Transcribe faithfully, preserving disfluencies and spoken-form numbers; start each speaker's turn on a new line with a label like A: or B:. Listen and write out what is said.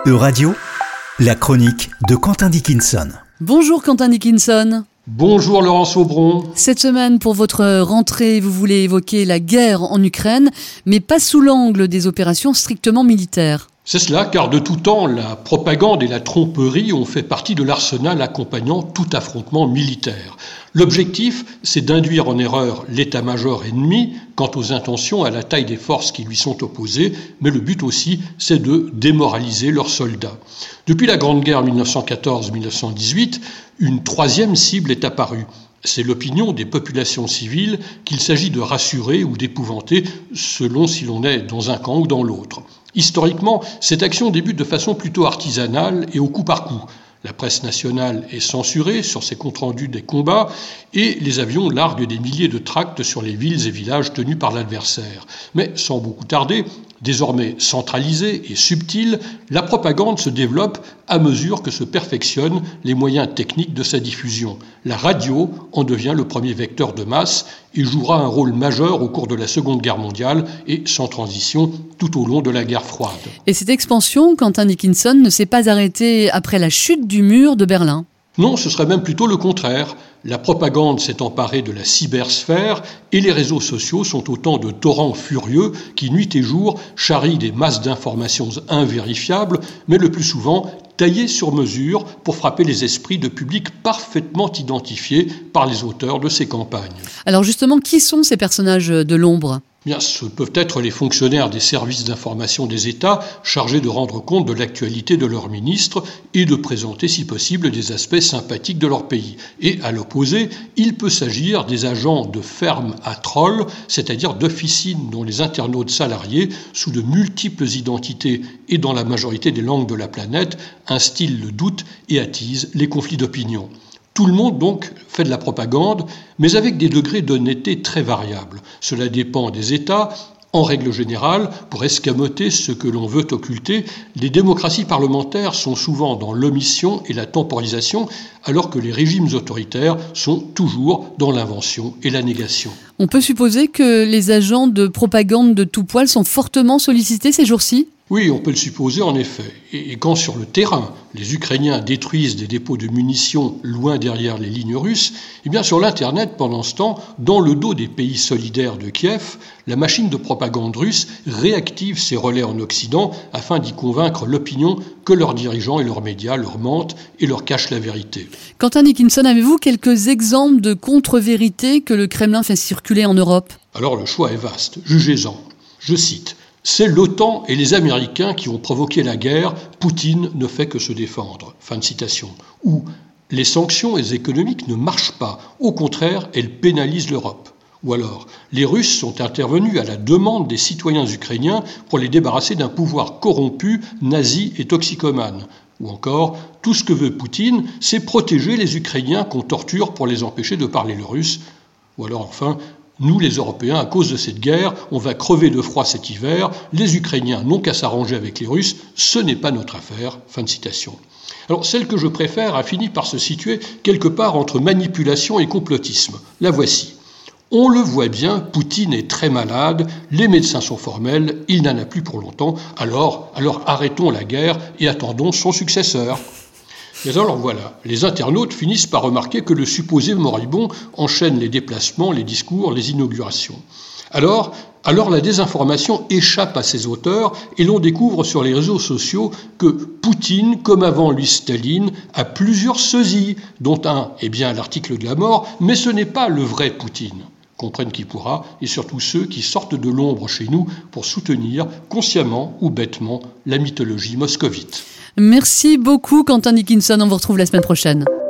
A: Euradio, la chronique de Quentin Dickinson.
B: Bonjour Quentin Dickinson.
C: Bonjour Laurence Aubron.
B: Cette semaine, pour votre rentrée, vous voulez évoquer la guerre en Ukraine, mais pas sous l'angle des opérations strictement militaires.
C: C'est cela, car de tout temps, la propagande et la tromperie ont fait partie de l'arsenal accompagnant tout affrontement militaire. L'objectif, c'est d'induire en erreur l'état-major ennemi quant aux intentions et à la taille des forces qui lui sont opposées, mais le but aussi, c'est de démoraliser leurs soldats. Depuis la Grande Guerre dix-neuf cent quatorze dix-neuf cent dix-huit, une troisième cible est apparue. C'est l'opinion des populations civiles qu'il s'agit de rassurer ou d'épouvanter selon si l'on est dans un camp ou dans l'autre. Historiquement, cette action débute de façon plutôt artisanale et au coup par coup. La presse nationale est censurée sur ses comptes rendus des combats et les avions larguent des milliers de tracts sur les villes et villages tenus par l'adversaire. Mais sans beaucoup tarder, désormais centralisée et subtile, la propagande se développe à mesure que se perfectionnent les moyens techniques de sa diffusion. La radio en devient le premier vecteur de masse et jouera un rôle majeur au cours de la Seconde Guerre mondiale et sans transition tout au long de la guerre froide. Et
B: cette expansion, Quentin Dickinson, ne s'est pas arrêtée après la chute du mur de Berlin.
C: Non, ce serait même plutôt le contraire. La propagande s'est emparée de la cybersphère et les réseaux sociaux sont autant de torrents furieux qui, nuit et jour, charrient des masses d'informations invérifiables, mais le plus souvent taillées sur mesure pour frapper les esprits de publics parfaitement identifiés par les auteurs de ces campagnes.
B: Alors justement, qui sont ces personnages de l'ombre ?
C: Bien, ce peuvent être les fonctionnaires des services d'information des États chargés de rendre compte de l'actualité de leurs ministres et de présenter, si possible, des aspects sympathiques de leur pays. Et à l'opposé, il peut s'agir des agents de ferme à trolls, c'est-à-dire d'officines dont les internautes salariés, sous de multiples identités et dans la majorité des langues de la planète, instillent le doute et attisent les conflits d'opinion. Tout le monde, donc, fait de la propagande, mais avec des degrés d'honnêteté très variables. Cela dépend des États. En règle générale, pour escamoter ce que l'on veut occulter, les démocraties parlementaires sont souvent dans l'omission et la temporisation, alors que les régimes autoritaires sont toujours dans l'invention et la négation.
B: On peut supposer que les agents de propagande de tout poil sont fortement sollicités ces jours-ci ?
C: Oui, on peut le supposer en effet. Et quand sur le terrain, les Ukrainiens détruisent des dépôts de munitions loin derrière les lignes russes, eh bien sur l'Internet, pendant ce temps, dans le dos des pays solidaires de Kiev, la machine de propagande russe réactive ses relais en Occident afin d'y convaincre l'opinion que leurs dirigeants et leurs médias leur mentent et leur cachent la vérité.
B: Quentin Dickinson, avez-vous quelques exemples de contre-vérités que le Kremlin fait circuler en Europe ?
C: Alors le choix est vaste. Jugez-en. Je cite. C'est l'OTAN et les Américains qui ont provoqué la guerre, Poutine ne fait que se défendre. Fin de citation. Ou les sanctions économiques ne marchent pas, au contraire, elles pénalisent l'Europe. Ou alors, les Russes sont intervenus à la demande des citoyens ukrainiens pour les débarrasser d'un pouvoir corrompu, nazi et toxicomane. Ou encore, tout ce que veut Poutine, c'est protéger les Ukrainiens qu'on torture pour les empêcher de parler le russe. Ou alors enfin, nous les Européens, à cause de cette guerre, on va crever de froid cet hiver, les Ukrainiens n'ont qu'à s'arranger avec les Russes, ce n'est pas notre affaire. Fin de citation. Alors celle que je préfère a fini par se situer quelque part entre manipulation et complotisme. La voici. On le voit bien, Poutine est très malade, les médecins sont formels, il n'en a plus pour longtemps, alors, alors arrêtons la guerre et attendons son successeur. Mais alors voilà, les internautes finissent par remarquer que le supposé moribond enchaîne les déplacements, les discours, les inaugurations. Alors, alors la désinformation échappe à ses auteurs et l'on découvre sur les réseaux sociaux que Poutine, comme avant lui Staline, a plusieurs sosies, dont un est bien l'article de la mort, mais ce n'est pas le vrai Poutine. Comprenne qui pourra, et surtout ceux qui sortent de l'ombre chez nous pour soutenir, consciemment ou bêtement, la mythologie moscovite.
B: Merci beaucoup Quentin Dickinson, on vous retrouve la semaine prochaine.